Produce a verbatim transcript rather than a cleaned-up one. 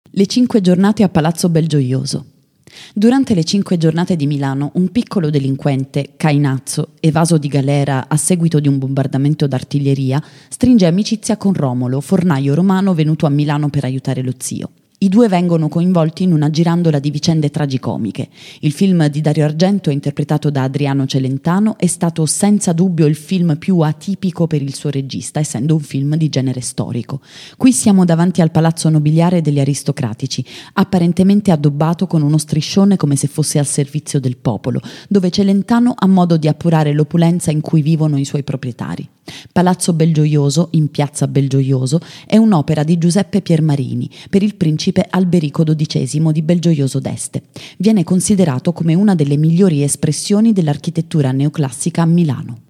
Le cinque giornate a Palazzo Belgioioso. Durante le cinque giornate di Milano, un piccolo delinquente, Cainazzo, evaso di galera a seguito di un bombardamento d'artiglieria, stringe amicizia con Romolo, fornaio romano venuto a Milano per aiutare lo zio. I due vengono coinvolti in una girandola di vicende tragicomiche. Il film di Dario Argento, interpretato da Adriano Celentano, è stato senza dubbio il film più atipico per il suo regista, essendo un film di genere storico. Qui siamo davanti al palazzo nobiliare degli aristocratici, apparentemente addobbato con uno striscione come se fosse al servizio del popolo, dove Celentano ha modo di appurare l'opulenza in cui vivono i suoi proprietari. Palazzo Belgioioso, in piazza Belgioioso, è un'opera di Giuseppe Piermarini per il principe Alberico dodicesimo di Belgioioso d'Este. Viene considerato come una delle migliori espressioni dell'architettura neoclassica a Milano.